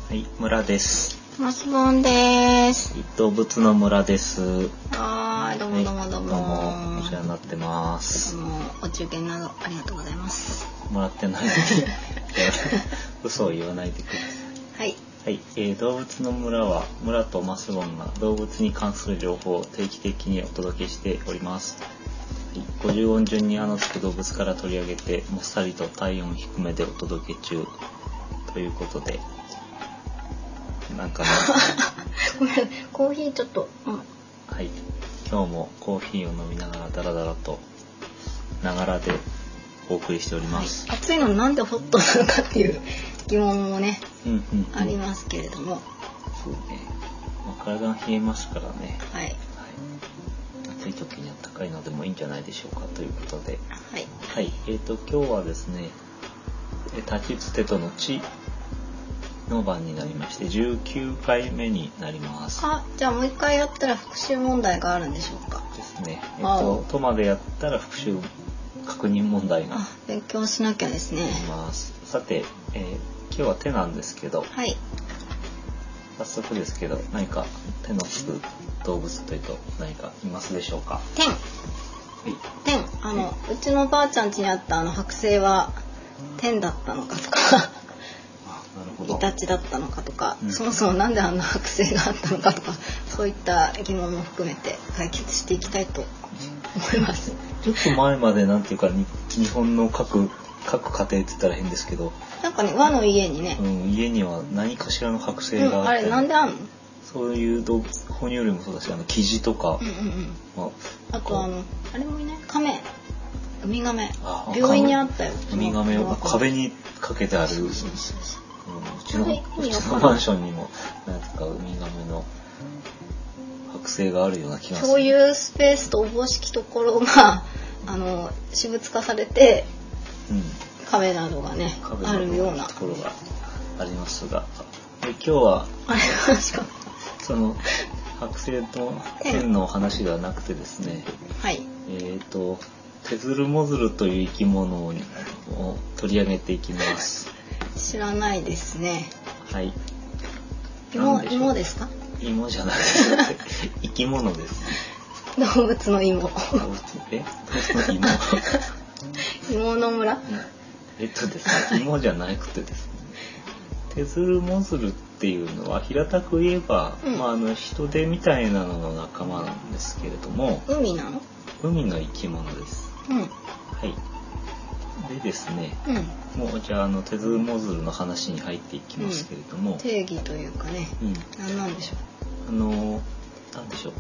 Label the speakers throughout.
Speaker 1: はい、村です。
Speaker 2: マスボンです。
Speaker 1: 動物の村です。
Speaker 2: はい、どうもどうもどうも。
Speaker 1: どうもお世話になってます。
Speaker 2: お中元などありがとうございます。
Speaker 1: もらってないのに嘘を言わないでください。はい、動物の村は村とマスボンが動物に関する情報を定期的にお届けしております。50音順につく動物から取り上げてもっさりと体温低めでお届け中ということで、なんかね
Speaker 2: ごめん、コーヒーちょっと、
Speaker 1: はい、今日もコーヒーを飲みながらダラダラとながらでお送りしております。
Speaker 2: はい、暑いのになんでホットなのかっていう疑問もね、ありますけれども、
Speaker 1: そうね、体が冷えますからね。
Speaker 2: はい。
Speaker 1: 暑い時には高いのでもいいんじゃないでしょうかということで、
Speaker 2: はい。
Speaker 1: はい、今日はですね、立ちつてとの地の番になりまして19回目になります。
Speaker 2: じゃあもう一回やったら復習問題があるんでしょうか。
Speaker 1: ですね。とまでやったら復習確認問題が
Speaker 2: 勉強しなきゃですね。
Speaker 1: あります。さて、今日は手なんですけど、
Speaker 2: はい。
Speaker 1: 早速ですけど何か手のつく動物というと何かいますでしょうか。
Speaker 2: 天。うちのばあちゃん家にあった剥製は天だったのかとかイタチだったのかとか、そもそもなんであんな剥製があったのかとか、そういった疑問も含めて解決していきたいと思います。
Speaker 1: ちょっと前までなんていうか日本の各家庭って言ったら変ですけど、
Speaker 2: なんかね、和の家にね、
Speaker 1: 家には何かしらの剥製があって、
Speaker 2: あれなんであんの？
Speaker 1: そういう動物、哺乳類もそうだし、キジとか、
Speaker 2: あとあれもいない？ウミガメ。病院にあったよ。
Speaker 1: ウミガメを壁にかけてある。うちのマンションにもなんかウミガメの剥製があるような気がする。
Speaker 2: そういうスペースとおぼしきところが私物化されて、壁などがねあるような
Speaker 1: ところがありますが、今日はその剥製と天の話ではなくてですね、
Speaker 2: はい。
Speaker 1: テズルモズルという生き物を取り上げていきます。
Speaker 2: 知らないですね。
Speaker 1: はい。
Speaker 2: 芋ですか？
Speaker 1: 芋じゃなくて生き物です。
Speaker 2: 動物の芋。
Speaker 1: 動物の芋。
Speaker 2: 芋の村？
Speaker 1: ですね、芋じゃなくてですね、テズルモズルっていうのは平たく言えば、ヒトデみたいなのの仲間なんですけれども、
Speaker 2: 海なの？
Speaker 1: 海の生き物です。はい。でですね、もうじゃあテズルモズルの話に入っていきますけれども、
Speaker 2: 定義というかね、何なんでしょう。
Speaker 1: なんでしょう。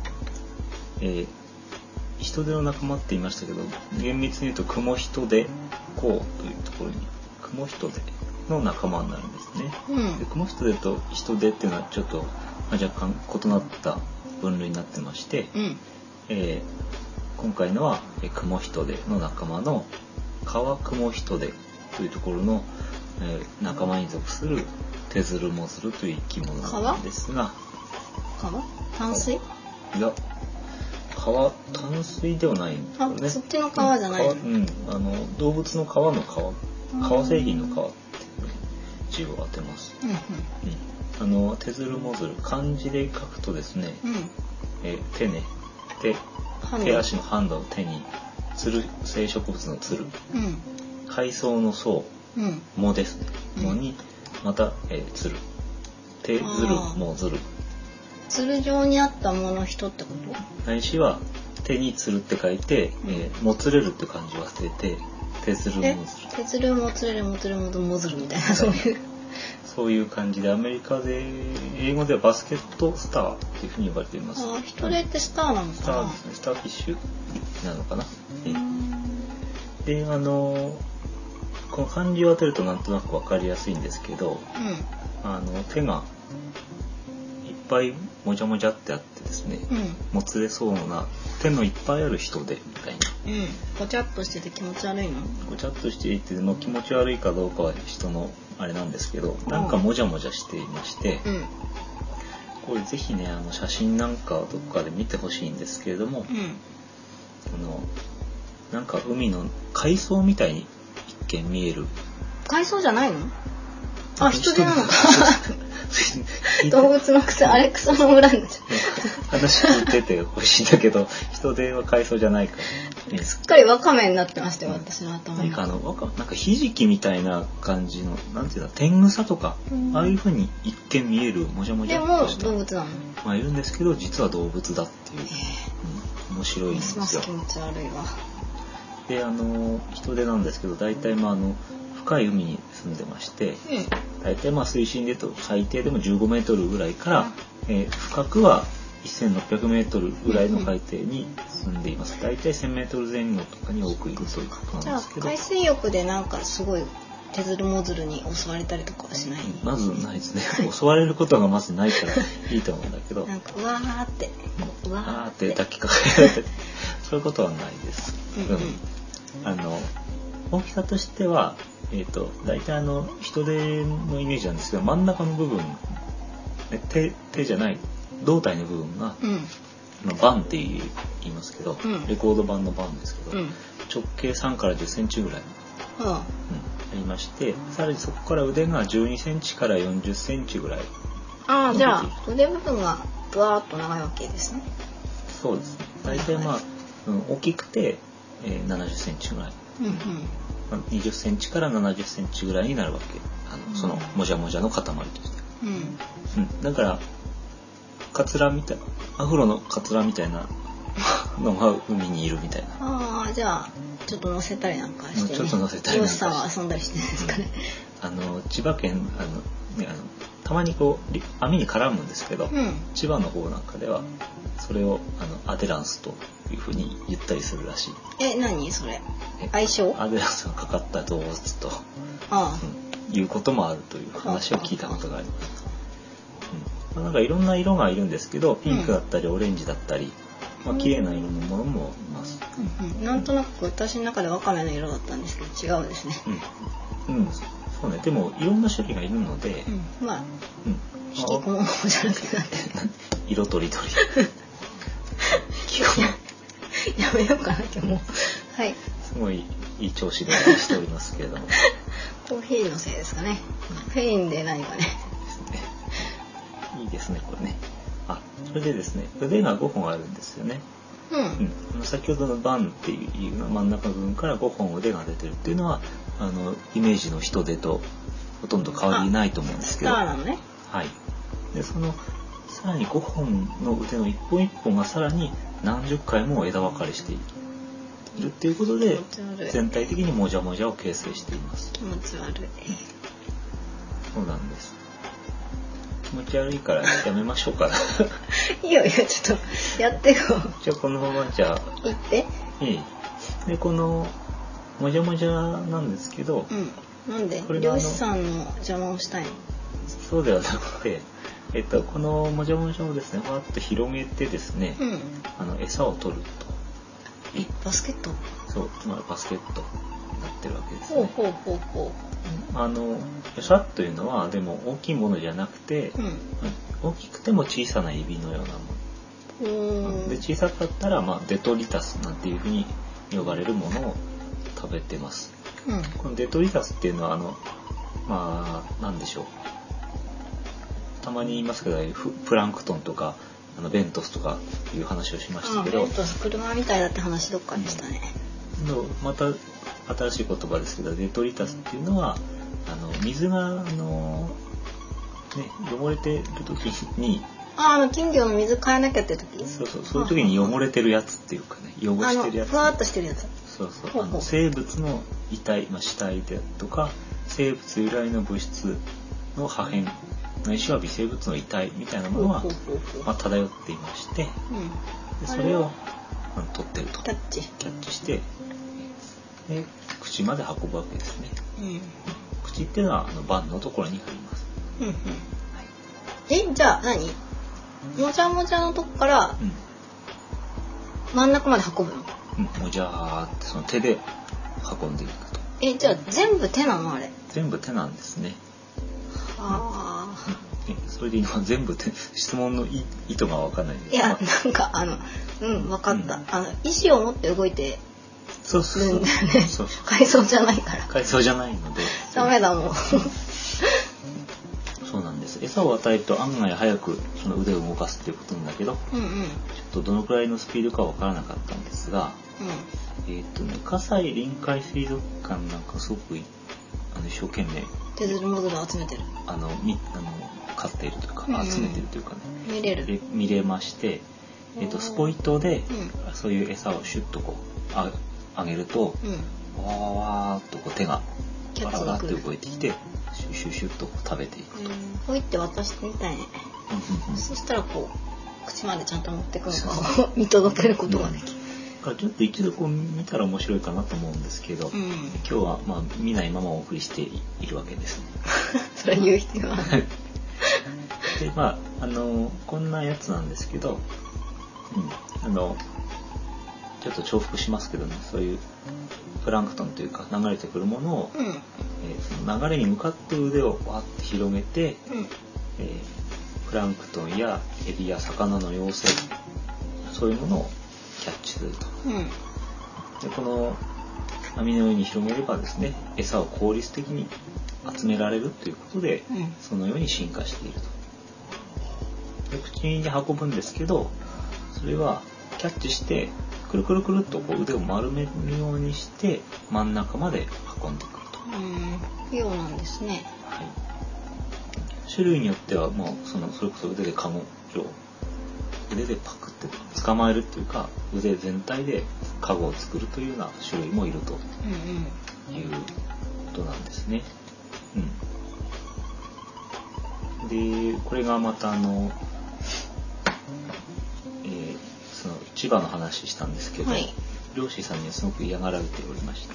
Speaker 1: ヒトデの仲間って言いましたけど、厳密に言うとクモヒトデ科というところにクモヒトデの仲間になるんですね。でクモヒトデとヒトデっていうのはちょっと、若干異なった分類になってまして、今回のはクモヒトデの仲間のカワクモヒトデというところの、仲間に属するテズルモズルという生き物なんですが、
Speaker 2: 淡水？
Speaker 1: いや、淡水ではないんですよね。
Speaker 2: そっちの川じゃないの？
Speaker 1: 動物の皮の革製品の皮っていう字を当てます。テズルモズル、漢字で書くとですね、手ね、手足のハンドの手につる、生植物のつる、海藻の藻、藻ですね、藻にまた、つる、テズルモズル。
Speaker 2: つる状にあったもの人ってこと？
Speaker 1: ないしは手につるって書いて、もつれるって漢字を忘れてテズルモズル。
Speaker 2: テズルモつれるモつれモズルみたいな、
Speaker 1: そういう感じで、アメリカで英語ではバスケットスターっていうふうに呼ばれています。
Speaker 2: ヒトデってスターなのかな？
Speaker 1: スターですね、スターフィッシュなのかな。で、この漢字を当てるとなんとなくわかりやすいんですけど、手がいっぱいもじゃもじゃってあってですね、もつれそうな手のいっぱいある人でみたいな。
Speaker 2: ごちゃっとしてて気持ち悪いの？
Speaker 1: ごちゃっとしていても気持ち悪いかどうかは人のあれなんですけど、なんかもじゃもじゃしていまして、これぜひね、写真なんかどっかで見てほしいんですけれども、なんか海の海藻みたいに一見見える。
Speaker 2: 海藻じゃないの？ あ、人手なのか。動物の癖、あれ草の村になっちゃ
Speaker 1: う。話聞いてて欲しいんだけど、人手は海藻じゃないから、
Speaker 2: ね。すっかりワカメになってましたよ、私の頭に。
Speaker 1: なんかひじきみたいな感じの、なんていうの、天草とか、ああいう風に一見見えるもじゃもじゃとした。
Speaker 2: でも動物なの。
Speaker 1: まあいるんですけど、実は動物だっていう。面白いんですよ。
Speaker 2: ますます気持ち悪いわ。
Speaker 1: で、人手なんですけど、大体深い海に住んでまして、大体水深でと最低でも15メートルぐらいから、深くは1600メートルぐらいの海底に住んでいます。大体1000メートル前後とかに多くいるということなんですけど。
Speaker 2: じゃあ海水浴でなんかすごい手づるもずるに襲われたりとかはしない？
Speaker 1: まずないですね。襲われることがまずないからいいと思うんだけど。
Speaker 2: なんかうわーって
Speaker 1: 抱きかかえられてそういうことはないです。大きさとしては、大体人手のイメージなんですけど、真ん中の部分、手じゃない胴体の部分が、バンって言いますけど、レコード版のバンですけど、直径3から10センチぐらい、ありまして、さらにそこから腕が12センチから40センチぐらい。
Speaker 2: ああ、じゃあ腕部分がぶわーっと長いわけですね。
Speaker 1: そうですね。大体大きくて、70センチぐらい。20センチから70センチぐらいになるわけ。そのもじゃもじゃの塊として。だからカツラみたい、アフロのカツラみたいなのが海にいるみたいな。
Speaker 2: ああ、じゃあちょっと乗せたりなんかして、ね。
Speaker 1: ちょっと乗せたりなんかして。
Speaker 2: 漁師さんは遊んだりしてるんですかね。
Speaker 1: 千葉県たまに網に絡むんですけど、千葉の方なんかではそれをアデランスというふうに言ったりするらしい。
Speaker 2: 何それ？相性？
Speaker 1: アデランスがかかった動物ということもあるという話を聞いたことがあります。なんかいろんな色がいるんですけど、ピンクだったりオレンジだったり、綺麗な色のものもいます。
Speaker 2: なんとなく私の中でワカメの色だったんですけど違うですね。
Speaker 1: そうね。でもいろんな種類がいるので、
Speaker 2: 引きこもごもじゃなくてなんて
Speaker 1: 色とりどり。
Speaker 2: やめようかな今日も。はい。
Speaker 1: すごいいい調子でしておりますけれども。
Speaker 2: コーヒーのせいですかね。カフェインで何かね。
Speaker 1: いいですねこれね。それでですね、腕が5本あるんですよね。先ほどのバンっていう真ん中部分から5本腕が出てるっていうのはイメージの人手とほとんど変わりないと思うんですけど。
Speaker 2: スターなのね。
Speaker 1: はい。でさらに5本の腕の一本一本がさらに何十回も枝分かれしているっていうことで全体的にもじゃもじゃを形成しています。
Speaker 2: 気持ち悪い。
Speaker 1: そうなんです。気持ち悪いからやめましょうか。
Speaker 2: いいよちょっとやってよ。
Speaker 1: じゃあこのままじゃあ
Speaker 2: 言って。
Speaker 1: でこのもじゃもじゃなんですけど、
Speaker 2: なんで漁師さんの邪魔をしたいの？
Speaker 1: そうではなくて、このもじゃもじゃをですね、わーっと広げてですね、餌を取ると。
Speaker 2: バスケット？
Speaker 1: そう、バスケットになってるわけですね。よしゃというのはでも大きいものじゃなくて、大きくても小さなエビのようなもの。で小さかったらデトリタスなんていうふうに呼ばれるものを食べてます。このデトリタスっていうのはなんでしょう。たまに言いますけど、プランクトンとかベントスとかいう話をしましたけど、
Speaker 2: ベントス車みたいだって話どっかでしたね。
Speaker 1: また新しい言葉ですけど、デトリタスっていうのは水が汚れてる時に
Speaker 2: 金魚の水変えなきゃって時？
Speaker 1: そういう時に汚れてるやつっていうかね、汚してるやつ。
Speaker 2: ふわっとしてるやつ。
Speaker 1: 生物の遺体、死体でとか生物由来の物質の破片ないしは微生物の遺体みたいなものが漂っていまして、それを取ってるとキャッチしてで口まで運ぶわけですね。口っていうのはバンのところにあります。
Speaker 2: じゃあ何？もじゃもじゃのとこから真ん中まで運ぶの？
Speaker 1: もじゃーってその手で運んでいくと。
Speaker 2: じゃあ全部手なのあれ？
Speaker 1: 全部手なんですね。それで今全部手、質問の意図が分かんないんです。
Speaker 2: いやなんか分かった。意思を持って動いてるんだよね。海藻じゃないから。
Speaker 1: 海藻じゃないので。
Speaker 2: ダメだもん。
Speaker 1: です。餌を与えると案外早くその腕を動かすっていうことなんだけど、ちょっとどのくらいのスピードかわからなかったんですが、葛西臨海水族館なんかすごく一生懸命
Speaker 2: テズルモズル集めてる。
Speaker 1: 飼っているというか、集めているというかね、見れまして、スポイトで、そういう餌をシュッとこうあげると、わーわーっとこう手がバラバラって動いてきてシュシュシュッと食べていくと。
Speaker 2: ポイって渡してみたいね。そしたらこう口までちゃんと持ってくるのかを見届けることができる。
Speaker 1: ちょっと一度こう見たら面白いかなと思うんですけど、今日はまあ見ないままお送りしているわけですね。
Speaker 2: それ言う必要はない。
Speaker 1: でまあこんなやつなんですけど、ちょっと重複しますけどね、そういうプランクトンというか流れてくるものを、その流れに向かって腕をわって広げて、プランクトンやエビや魚の幼生、そういうものをキャッチすると。でこの網の上に広げればですね、餌を効率的に集められるということで、そのように進化していると。で口に運ぶんですけど、それはキャッチしてくるくるくるっとこう腕を丸めるようにして真ん中まで運んでくると。
Speaker 2: 器用なんですね。
Speaker 1: はい。種類によってはもうそれこそ腕でカゴ状、腕でパクって捕まえるっていうか、腕全体でカゴを作るというような種類もいるということなんですね。でこれがまたその千葉の話したんですけど、漁師さんにはすごく嫌がられておりまして、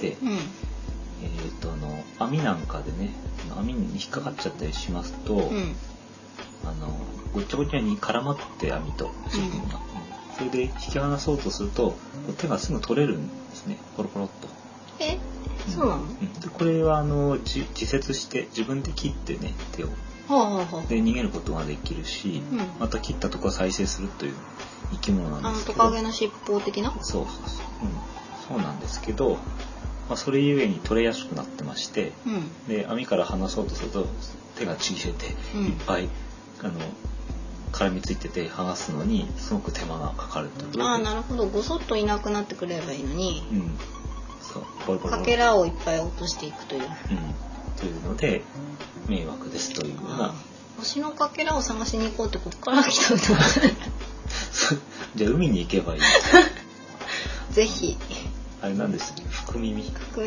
Speaker 1: 網なんかでね、網に引っかかっちゃったりしますと、ごっちゃごちゃに絡まって網と自分が、それで引き離そうとすると手がすぐ取れるんですね、ポロポロっと。
Speaker 2: そうなの？
Speaker 1: でこれは自節して自分で切ってね、手をで逃げることができるし、また切ったところ再生するという生き物なんですけど、
Speaker 2: トカゲの尻尾的な？
Speaker 1: そうなんですけど、それゆえに取れやすくなってまして、で網から離そうとすると手がちぎれて、いっぱい絡みついてて剥がすのにすごく手間がかかるということで。
Speaker 2: なるほど。ごそっといなくなってくれればいいのに、
Speaker 1: そう
Speaker 2: かけらをいっぱい落としていくという、
Speaker 1: というので迷惑ですというような。
Speaker 2: 星のかけらを探しに行こうってここから来たんだ。
Speaker 1: じゃあ海に行けばいい。
Speaker 2: ぜひ。
Speaker 1: あれなんですね、福耳。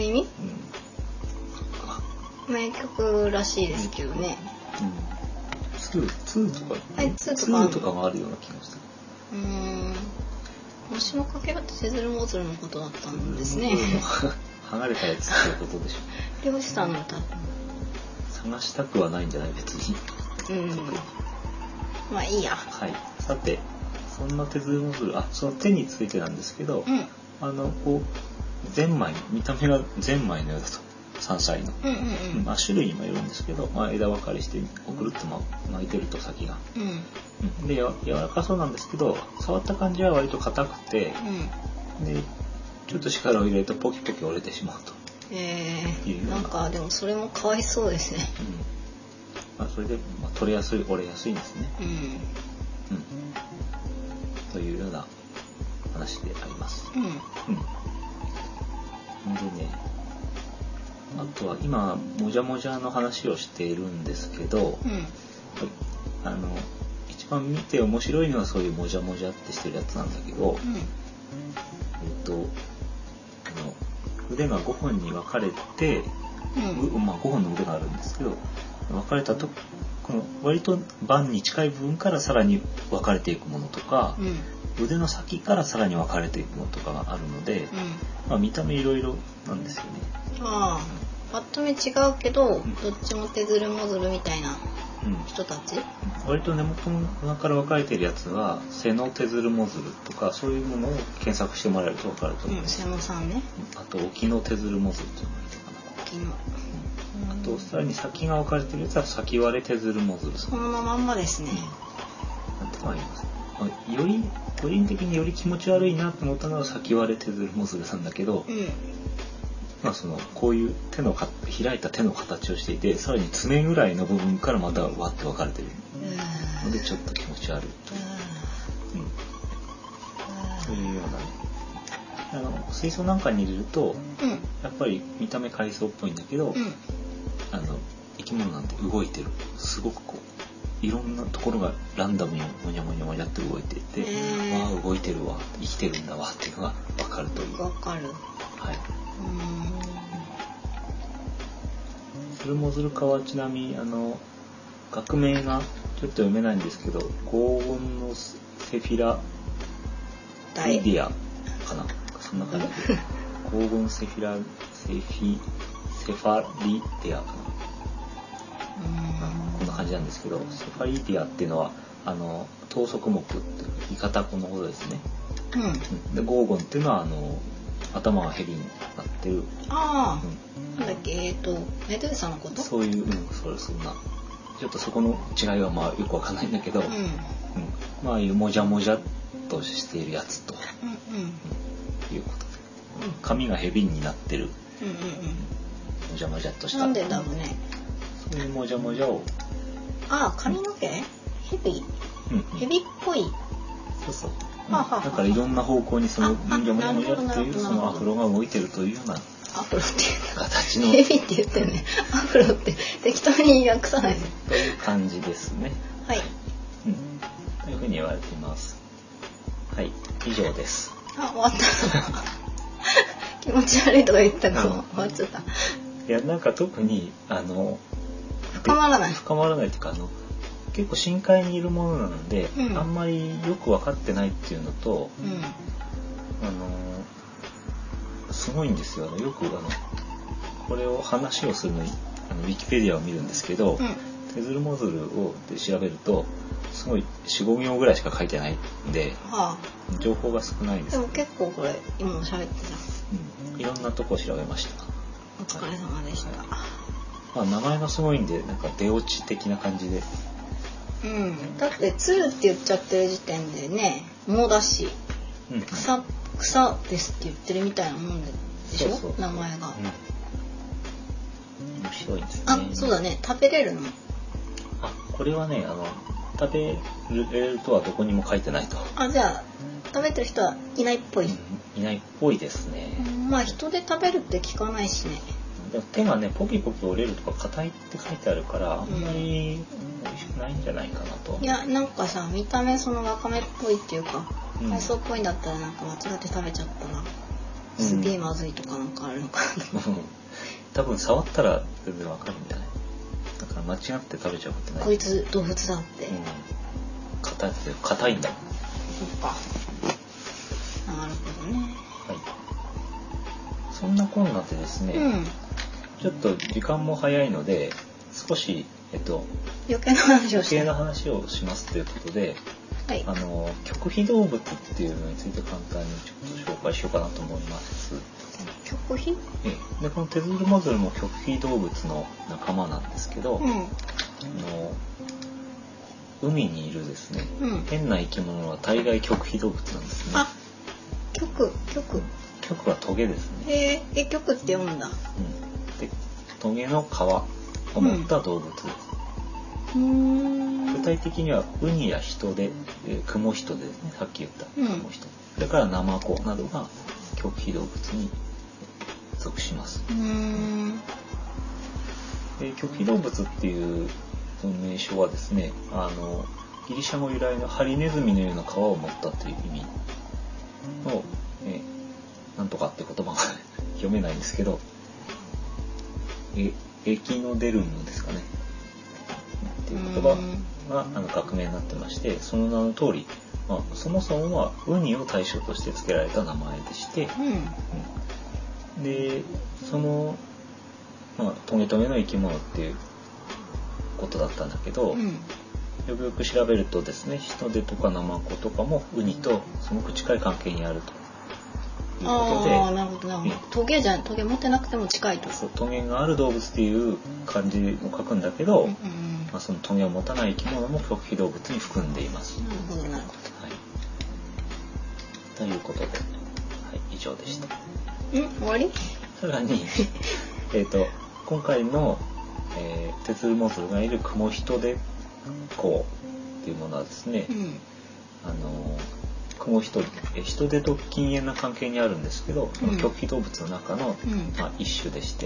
Speaker 2: 名曲らしいですけどね。
Speaker 1: 2とかもあるような気がした。
Speaker 2: 星のかけらってテズルモズルのことだったんですね。
Speaker 1: 離れたやつっていうことでしょ。
Speaker 2: 漁師さんの歌。
Speaker 1: 探したくはないんじゃない、別に。
Speaker 2: まあいいや。
Speaker 1: はい。さて、そんなテズルモズル、その手についてなんですけど、こうゼンマイ、見た目がゼンマイのようだと、山菜の。種類にもよるんですけど、枝分かれしてくるっと巻いてると先が。で柔らかそうなんですけど、触った感じは割と硬くて、でちょっと力を入れるとポキポキ折れてしまうと。
Speaker 2: なんかでもそれもかわいそうですね。
Speaker 1: それで、取れやすい、折れやすいんですね。というような話であります。でね、あとは今もじゃもじゃの話をしているんですけど、一番見て面白いのはそういうもじゃもじゃってしてるやつなんだけど、腕が5本に分かれて、5本の腕があるんですけど、分かれたとこの割と盤に近い部分からさらに分かれていくものとか、腕の先からさらに分かれていくものとかがあるので、見た目いろいろなんですよね。
Speaker 2: パッと見違うけど、どっちもテズルモズルみたいな人たち、
Speaker 1: 割と根元から分かれているやつはセノテズルモズルとかそういうものを検索してもらえると分かると思います。
Speaker 2: セノさんね。
Speaker 1: あとオキノテズルモズルっていうのがいるかな。あとさらに先が分かれているやつは先割れテズルモズル。
Speaker 2: そのまんまですね。
Speaker 1: なんてのがあります。より個人的により気持ち悪いなと思ったのは先割れテズルモズルなんだけど、 そのこういう開いた手の形をしていて、さらに爪ぐらいの部分からまたわって分かれてるのでちょっと気持ち悪いというようなね、水槽なんかに入れると、やっぱり見た目海藻っぽいんだけど、生き物なんて動いてる、すごくこういろんなところがランダムにもにゃもにゃもにゃって動いていて、わあ動いてるわ、生きてるんだわっていうのが分かるという。
Speaker 2: 分かる。
Speaker 1: はい。ズルモズル科はちなみに学名がちょっと読めないんですけど、黄金のセフィラリディアかな、そんな感じで黄金セファリディアかな、こんな感じなんですけど、セファリディアっていうのは頭足目っていうイカタコのことですね。で黄金っていうのは頭がヘビになってる。
Speaker 2: なんだっけ、メドゥーサのこと？
Speaker 1: そういう、そんなちょっとそこの違いはまあよくわかんないんだけど、まあいうもじゃもじゃっとしているやつと、いうことで、髪がヘビになってる、もじゃもじゃっとした。
Speaker 2: なんでだろうね。
Speaker 1: そういうもじゃもじゃを。
Speaker 2: 髪の毛？ヘビ？ヘビっぽい。
Speaker 1: そう。だからいろんな方向にそのもじゃもじゃもじゃっていうそのアフロが動いてるというような。
Speaker 2: アフロっていう
Speaker 1: 形の
Speaker 2: ヘビって言ってね、アフロって適当に訳さないで
Speaker 1: という感じですね。
Speaker 2: はい。
Speaker 1: というふうに言われています。はい、以上です。
Speaker 2: 終わった。気持ち悪いとか言ったから終わっちゃった。い
Speaker 1: や、なんか特に
Speaker 2: 深まらない
Speaker 1: っていうか結構深海にいるものなので、あんまりよく分かってないっていうのと、すごいんですよ。よくこれを話をするのにウィキペディアを見るんですけど、テズルモズルをで調べるとすごい 4,5 行ぐらいしか書いてないんで、情報が少ないです、
Speaker 2: でも結構これ今も喋って
Speaker 1: た。いろんなとこ調べました。
Speaker 2: お疲れ様でした。
Speaker 1: 名前がすごいんでなんか出落ち的な感じで。
Speaker 2: だってツルって言っちゃってる時点でね、もうだし、草ですって言ってるみたいなもんでしょ、名前が。
Speaker 1: 面白いですね。
Speaker 2: そうだね、食べれるの？
Speaker 1: これはね、食べれるとはどこにも書いてないと。
Speaker 2: じゃあ食べてる人はいないっぽい。
Speaker 1: いないっぽいですね。
Speaker 2: 人で食べるって聞かないしね。
Speaker 1: でも手がねポキポキ折れるとか硬いって書いてあるからあんまり美味しくないんじゃないかなと。
Speaker 2: いや、なんかさ、見た目そのワカメっぽいっていうか海藻っぽいんだったらなんか間違って食べちゃったらすげえまずいとかなんかあるのかなと。
Speaker 1: 多分触ったら全然わかるんじゃない。だから間違って食べちゃうことない。
Speaker 2: こいつ動物だって。
Speaker 1: 硬いんだもん。
Speaker 2: そっか。なるほどね。
Speaker 1: はい。そんなこんなでですね、ちょっと時間も早いので少し
Speaker 2: 余計な話
Speaker 1: をしますということで、極秘動物っていうのについて簡単にちょっと紹介しようかなと思います。
Speaker 2: 極秘？
Speaker 1: でこのテズルモズルも極秘動物の仲間なんですけど、海にいるですね、変な生き物は大概極秘動物なんですね。極はトゲですね。
Speaker 2: 極って読むんだ。
Speaker 1: でトゲの皮を持った動物です。具体的にはウニやヒトデ、クモヒトデですね、さっき言ったクモヒトデ、それからナマコなどが極秘動物に属します。極秘動物っていう名称はですね、ギリシャ語由来のハリネズミのような皮を持ったという意味の、なんとかって言葉が読めないんですけど、エキノデルムですかねっていう言葉が学名になってまして、その名の通り、そもそもはウニを対象として付けられた名前でして、でその、トゲトゲの生き物っていうことだったんだけど、よくよく調べるとですね、ヒトデとかナマコとかもウニとすごく近い関係にあるということで、
Speaker 2: なるほどなるほど。トゲ持ってなくても近いと。
Speaker 1: そう、トゲがある動物っていう感じを書くんだけど、そのトゲを持たない生き物も極秘動物に含んでいます。
Speaker 2: なるほどなるほど。
Speaker 1: ということで、以上でした。
Speaker 2: 終わり？
Speaker 1: さらに今回の、テツルモズルがいるクモヒトデコっていうものはですね、クモヒトデ、ヒトデと近縁な関係にあるんですけど、棘皮動物の中の、一種でして、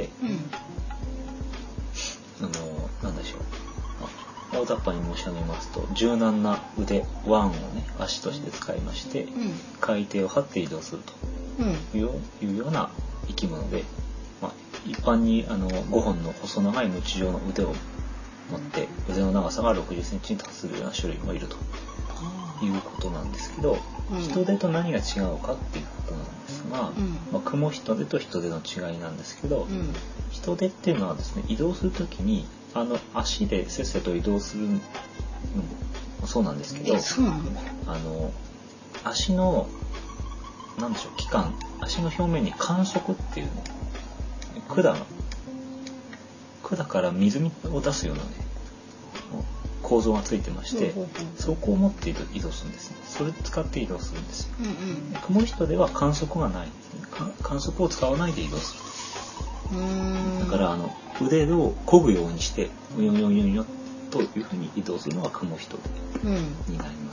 Speaker 1: なんでしょう、大雑把に申し上げますと、柔軟な腕、腕をね足として使いまして、海底を張って移動するというような生き物で、一般に5本の細長いムチ状の腕を持って腕の長さが60センチに達するような種類もいるということなんですけど、ヒトデと何が違うかっていうことなんですが、クモヒトデとヒトデの違いなんですけど、ヒトデっていうのはですね、移動するときに足でせっせと移動するのもそうなんですけど、足のなんでしょう、器官、足の表面に感触っていうの、管から水を出すようなね構造がついてまして、そこを持って移動するんですね。それを使って移動するんですよ。クモヒトデは感触がないんですね。感触を使わないで移動する。だから腕を漕ぐようにしてヨヨヨヨヨというふうに移動するのがクモヒトデになります。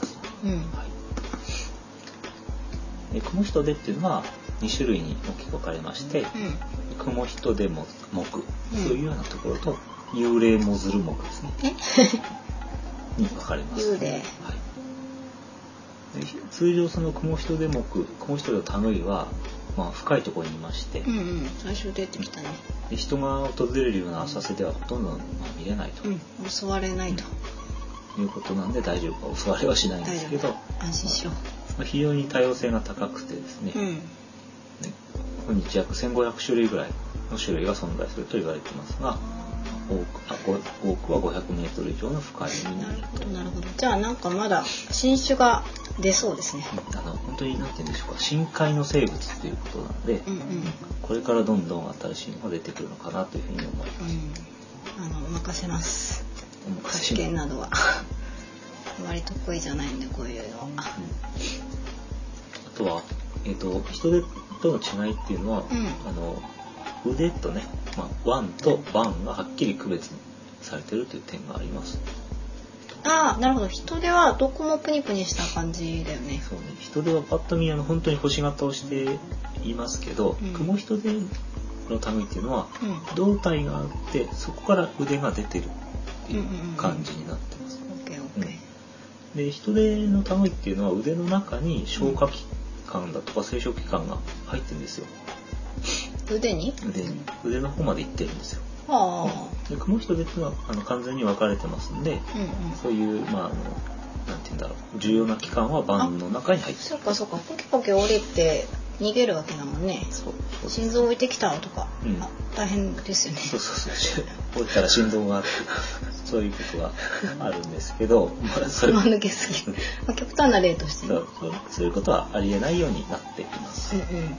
Speaker 1: でクモヒトデっていうのは2種類に大きく分かれまして、クモヒトデ目、そういうようなところと幽霊モズル目ですねに分かれます。
Speaker 2: 幽霊、
Speaker 1: で通常そのクモヒトデ目、クモヒトデの類は、深いところにいまして、
Speaker 2: 最初出てきたね。
Speaker 1: で人が訪れるような浅瀬ではほとんど、見れないと、
Speaker 2: 襲われないと、
Speaker 1: いうことなんで大丈夫か、襲われはしないんですけど、
Speaker 2: 安心しよ
Speaker 1: う。非常に多様性が高くてですね、今日約1500種類ぐらいの種類が存在すると言われていますが、多くは500メートル以上の深い海になると。
Speaker 2: なるほど。じゃあなんかまだ新種が出そうですね。
Speaker 1: 本当になんて言うんでしょうか、深海の生物ということなので、これからどんどん新しいのが出てくるのかなというふうに思います。
Speaker 2: 任せます。発見などはあまり得意じゃないんで、こういうのは。
Speaker 1: あとは人手との違いっていうのは、腕とね、腕と腕がはっきり区別されているという点があります。
Speaker 2: なるほど。人手はどこもプニプニした感じだよね。
Speaker 1: そうね。人手はパッと見本当に星型をしていますけど、クモヒトデの類っていうのは、胴体があってそこから腕が出てるっていう感じになってます。で人手の類っていうのは腕の中に消化器官だとか生殖器官が入ってるんですよ。腕の方まで行ってるんですよ。でクモヒトデっていうのは完全に分かれてますんで、そういうなんて言うんだろう、重要な器官は板の中に入ってる。
Speaker 2: そうかそうか。ポキポキ降りて逃げるわけだもんね。心臓置いてきたとか、大変ですよね。
Speaker 1: そう降りたら心臓があってそういうことがあるんですけど、それは
Speaker 2: 抜けすぎ極端な例として、
Speaker 1: そういうことはありえないようになっています。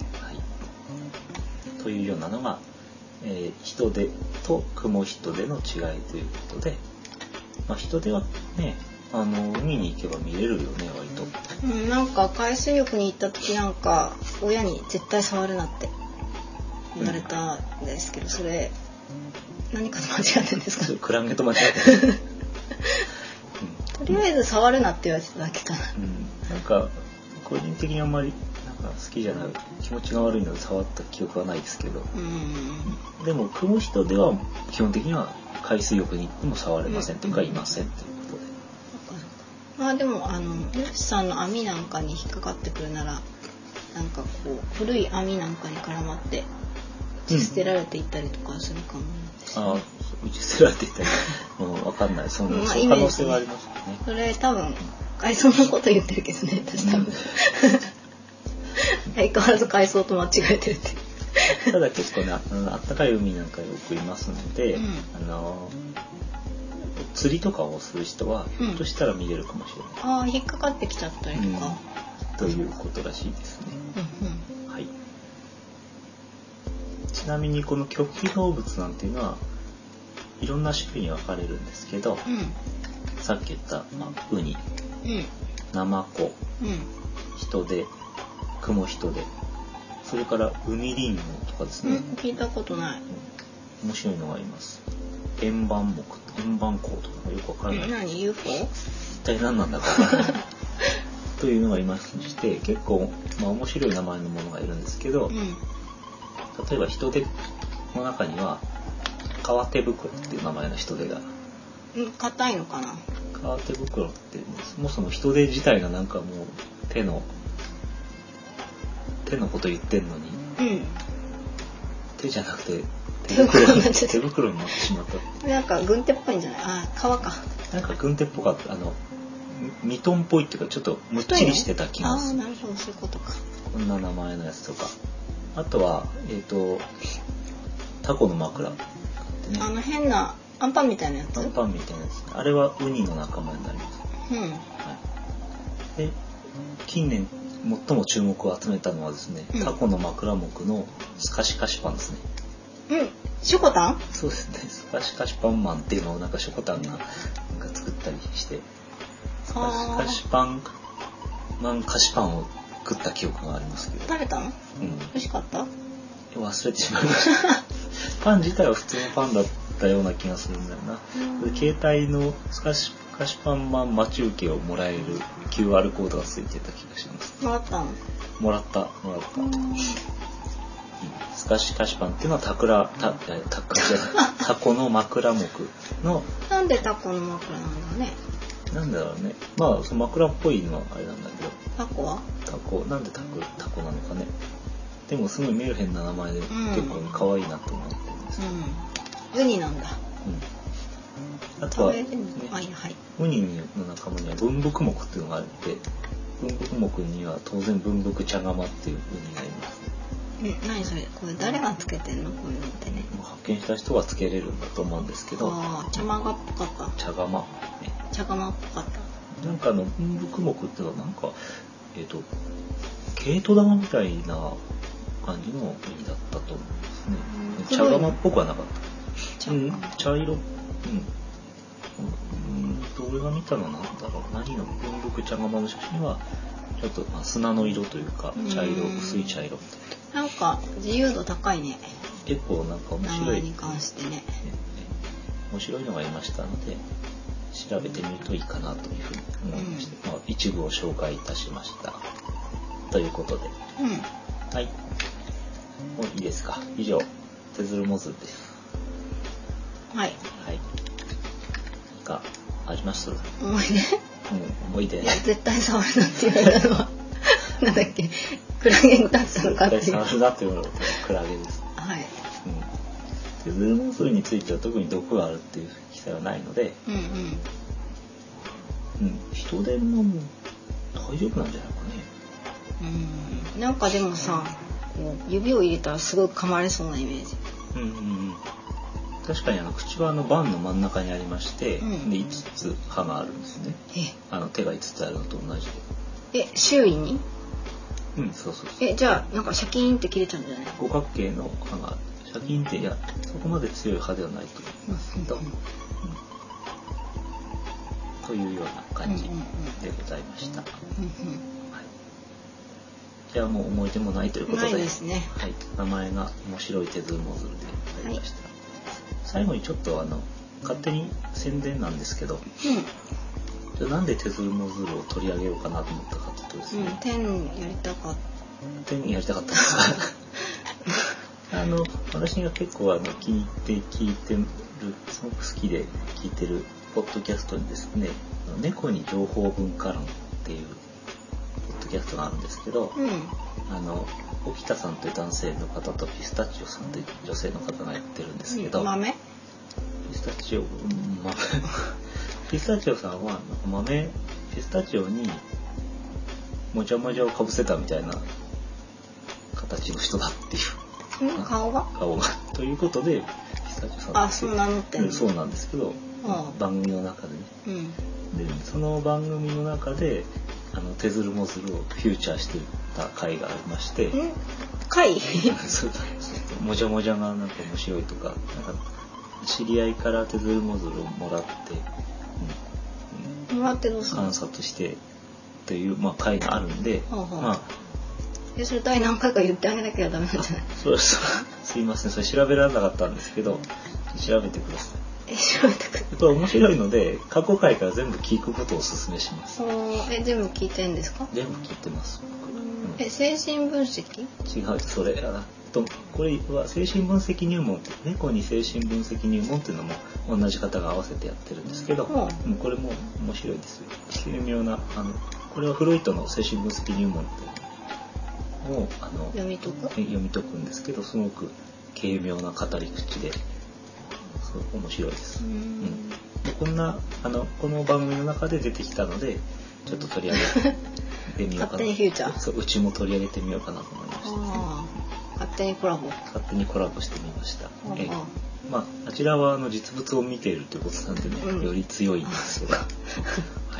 Speaker 1: というようなのが、ヒトデとクモヒトデの違いということで、ヒトデはね、海に行けば見れるよね、割と。
Speaker 2: なんか海水浴に行った時なんか親に絶対触るなって言われたんですけど、それ何かと間違ってるんですか？
Speaker 1: クラゲと間違ってる。
Speaker 2: とりあえず触るなって言われただけかな。
Speaker 1: なんか個人的にあんまり好きじゃない、気持ちが悪いので触った記憶はないですけど、でもクモヒトデは基本的には海水浴に行っても触れませんとかいませんということで。
Speaker 2: でも漁師さんの網なんかに引っかかってくるなら、なんかこう古い網なんかに絡まって捨てられていったりとかするかもですね。
Speaker 1: 打ち捨てられていったり、分かんない。その可能性はありますよね。
Speaker 2: それ多分海藻のこと言ってるけどね、私多分。相変わらず海藻と間違えてるって。
Speaker 1: ただ結構ね、あったかい海なんかよくいますので、釣りとかをする人はひょっとしたら見れるかもしれない。
Speaker 2: 引っかかってきちゃったりとか、
Speaker 1: ということらしいですね。はい。ちなみにこの棘皮動物なんていうのはいろんな種類に分かれるんですけど、さっき言った、ウニ、ナマコ、ヒトデ、クモヒトデ、 それから海リンゴとかですね、
Speaker 2: 聞いたことない。
Speaker 1: 面白いのがあります。円盤木、円盤鋼とかよくわからない。
Speaker 2: 何 UFO？
Speaker 1: 一体何なんだかわからないというのがいまして、結構、面白い名前のものがいるんですけど、例えば人手の中には革手袋っていう名前の人手が。
Speaker 2: 硬いのかな。
Speaker 1: 革手袋ってそもそも人手自体がなんかもう手のこと言ってんのに、手じゃなくて手袋になってしまった。
Speaker 2: なんか軍手っぽいんじゃない？革か。
Speaker 1: なんか軍手っぽかった。ミトンっぽいっていうかちょっとむっちりしてた気がする。
Speaker 2: なるほど、そういうことか。
Speaker 1: こんな名前のやつとか。あとはタコの枕、ね。
Speaker 2: 変なアンパンみたいなやつ。
Speaker 1: アンパンみたいなやつ。あれはウニの仲間になります。で近年最も注目を集めたのはですね、タコの枕目のスカシカシパンですね。
Speaker 2: ショコタン？
Speaker 1: そうですね。スカシカシパンマンっていうのをなんかショコタンが作ったりして、スカシパンマン菓子パンを食った記憶がありますけど。
Speaker 2: 食べたの？美味しかった？
Speaker 1: 忘れてしまいました。パン自体は普通のパンだったような気がするんだよな。携帯のスカシパンマン待ち受けをもらえる QR コードがついてた気がします。
Speaker 2: もらったの？
Speaker 1: もらった。スカシパンっていうのはタコの枕目の。
Speaker 2: なんでタコの枕なんだね。
Speaker 1: なんだろうね。その枕っぽいのはあれなんだけど。
Speaker 2: タコは？
Speaker 1: なんでタコなのかね。でもすごいメルヘンな名前で結構可愛いなと思ってるんですけど。
Speaker 2: ウニなんだ。
Speaker 1: あとは、ウニの仲間には分木目っていうのがあって、分木目には当然分木茶釜っていうウニがいます。
Speaker 2: 何それ？これ誰がつけてんの？こういうのってね。
Speaker 1: 発見した人がつけれるんだと思うんですけど。
Speaker 2: 茶釜っぽかった。
Speaker 1: 茶釜。
Speaker 2: 茶釜っぽかった。
Speaker 1: なんか分木目っていうのはなんか毛糸玉みたいな感じのウニだったと思うんですね。茶釜っぽくはなかった。茶色。俺が見たのは何だろう。何の分木茶釜の写真はちょっと砂の色というか茶色、薄い茶色みたいな。
Speaker 2: なんか自由度高いね。
Speaker 1: 結構なんか面白い。
Speaker 2: 名前に関してね。
Speaker 1: 面白いのがありましたので調べてみるといいかなというふうに思いまして、一部を紹介いたしましたということで、はい、もういいですか。以上テズルモズルです。
Speaker 2: はい。
Speaker 1: があります。
Speaker 2: 思い出。
Speaker 1: い
Speaker 2: や絶対触るなって言われたのはなんだっけ、クラゲだったのかっていう。
Speaker 1: 触るなって言われたクラゲです。
Speaker 2: はい。
Speaker 1: テズルモズルについては特に毒があるっていう記載はないので、人でも大丈夫なんじゃないか
Speaker 2: ね。なんかでもさ、指を入れたらすごい噛まれそうなイメージ。
Speaker 1: 確かに口はバンの真ん中にありまして、で5つ歯があるんですね。手が5つあるのと同じ
Speaker 2: で。周囲に？
Speaker 1: そう。
Speaker 2: じゃあなんかシャキーンって切れちゃうんじゃない？
Speaker 1: 五角形の歯がシャキーンって、いやそこまで強い歯ではないと思いますけど、というような感じでございました。じゃあもう思い出もないということで、
Speaker 2: ないですね。
Speaker 1: はい、名前が面白いテズルモズルでありました。最後にちょっと勝手に宣伝なんですけど、じゃあなんでテズルモズルを取り上げようかなと思ったかというとですね、
Speaker 2: 天やりたかった。
Speaker 1: 天やりたかったんですか。私が結構気に入って聞いてる、すごく好きで聞いてるポッドキャストにですね、猫に情報文化論っていうポッドキャストがあるんですけど、沖田さんという男性の方とピスタチオさんという女性の方がやってるんですけど、
Speaker 2: 豆？
Speaker 1: ピスタチオさんはピスタチオにもじゃもじゃをかぶせたみたいな形の人だっていう。
Speaker 2: 顔が
Speaker 1: ということでピスタチオさん
Speaker 2: そう名乗ってる。
Speaker 1: そうなんですけど、番組の中でね、でその番組の中でテズルモズルをフューチャーしていた回がありまして、
Speaker 2: 回？
Speaker 1: そうもじゃもじゃがなんか面白いとか、知り合いからテズルモズルをもらって
Speaker 2: どうするの？
Speaker 1: 観察してという回があるんで、
Speaker 2: それ第何回か言ってあげなきゃダメなんじゃない？
Speaker 1: そうです。すいません、それ調べられなかったんですけど、調べてください。
Speaker 2: 調べてください。
Speaker 1: これ面白いので、過去回から全部聞くことをお勧めします。
Speaker 2: 全部聞いてんですか？
Speaker 1: 全部聞いてます。
Speaker 2: 精神分析？
Speaker 1: 違う、それこれは精神分析入門って、猫に精神分析入門っていうのも同じ方が合わせてやってるんですけど、これも面白いですよ。軽妙なこれはフロイトの精神分析入門っていうのを読み解くんですけど、すごく軽妙な語り口で面白いです。でこの番組の中で出てきたので、ちょっと取り上げてみようかな。
Speaker 2: 勝手にフューチャー。
Speaker 1: そう、うちも取り上げてみようかなと思いました。
Speaker 2: 勝手にコラボ
Speaker 1: してみました。あちらは実物を見ているということなんでね、より強いんですけど。はい。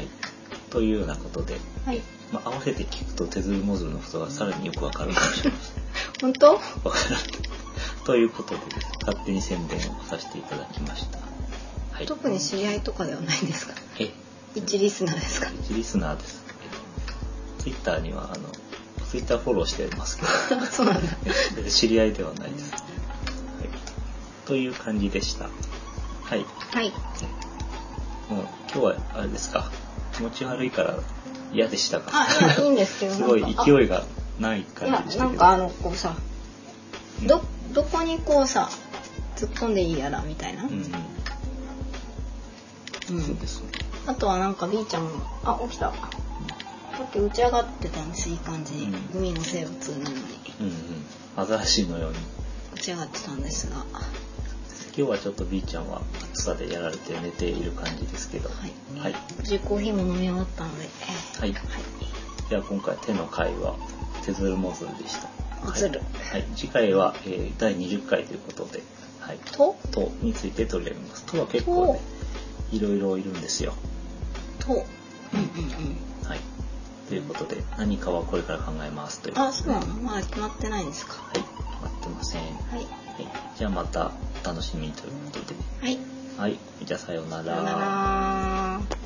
Speaker 1: というようなことで、合わせて聞くとテズルモズルのことがさらによくわかるかもしれません。
Speaker 2: 本当？
Speaker 1: わからない。ということで、勝手に宣伝をさせていただきました。はい、
Speaker 2: 特に知り合いとかではないんですか？一リスナーですか？
Speaker 1: 一リスナーです。ツイッターにはツイッターフォローしてますけど
Speaker 2: そうなんだ。
Speaker 1: 知り合いではないです、という感じでした。はい、もう今日はあれですか、気持ち悪いから嫌でしたか？
Speaker 2: いいんですけどす
Speaker 1: ごい勢いがない感じでしたけど、
Speaker 2: なんかこうさ、どこにこうさ突っ込んでいいやらみたいな、
Speaker 1: そうですね。
Speaker 2: あとはなんか B ちゃんも起きた。さっき打ち上がってたんです、いい感じに。海の生物なのに。
Speaker 1: アザラシのように
Speaker 2: 打ち上がってたんですが。
Speaker 1: 今日はちょっと B ちゃんは暑さでやられて寝ている感じですけど。はい。
Speaker 2: 無事コーヒーも飲み終わったので。
Speaker 1: はい。じゃあ今回手の回はテズルモズルでした。
Speaker 2: モズル。
Speaker 1: はい。次回は、第20回ということで。はい。とについて取り上げます。とは結構ね、いろいろいるんですよ。
Speaker 2: と。
Speaker 1: はい。ということで、何かはこれから考えますという。
Speaker 2: そうなの？まだ決まってないんですか？
Speaker 1: はい。決まってません。じゃあまたお楽しみということで。はい。じゃあさようなら。
Speaker 2: さようなら。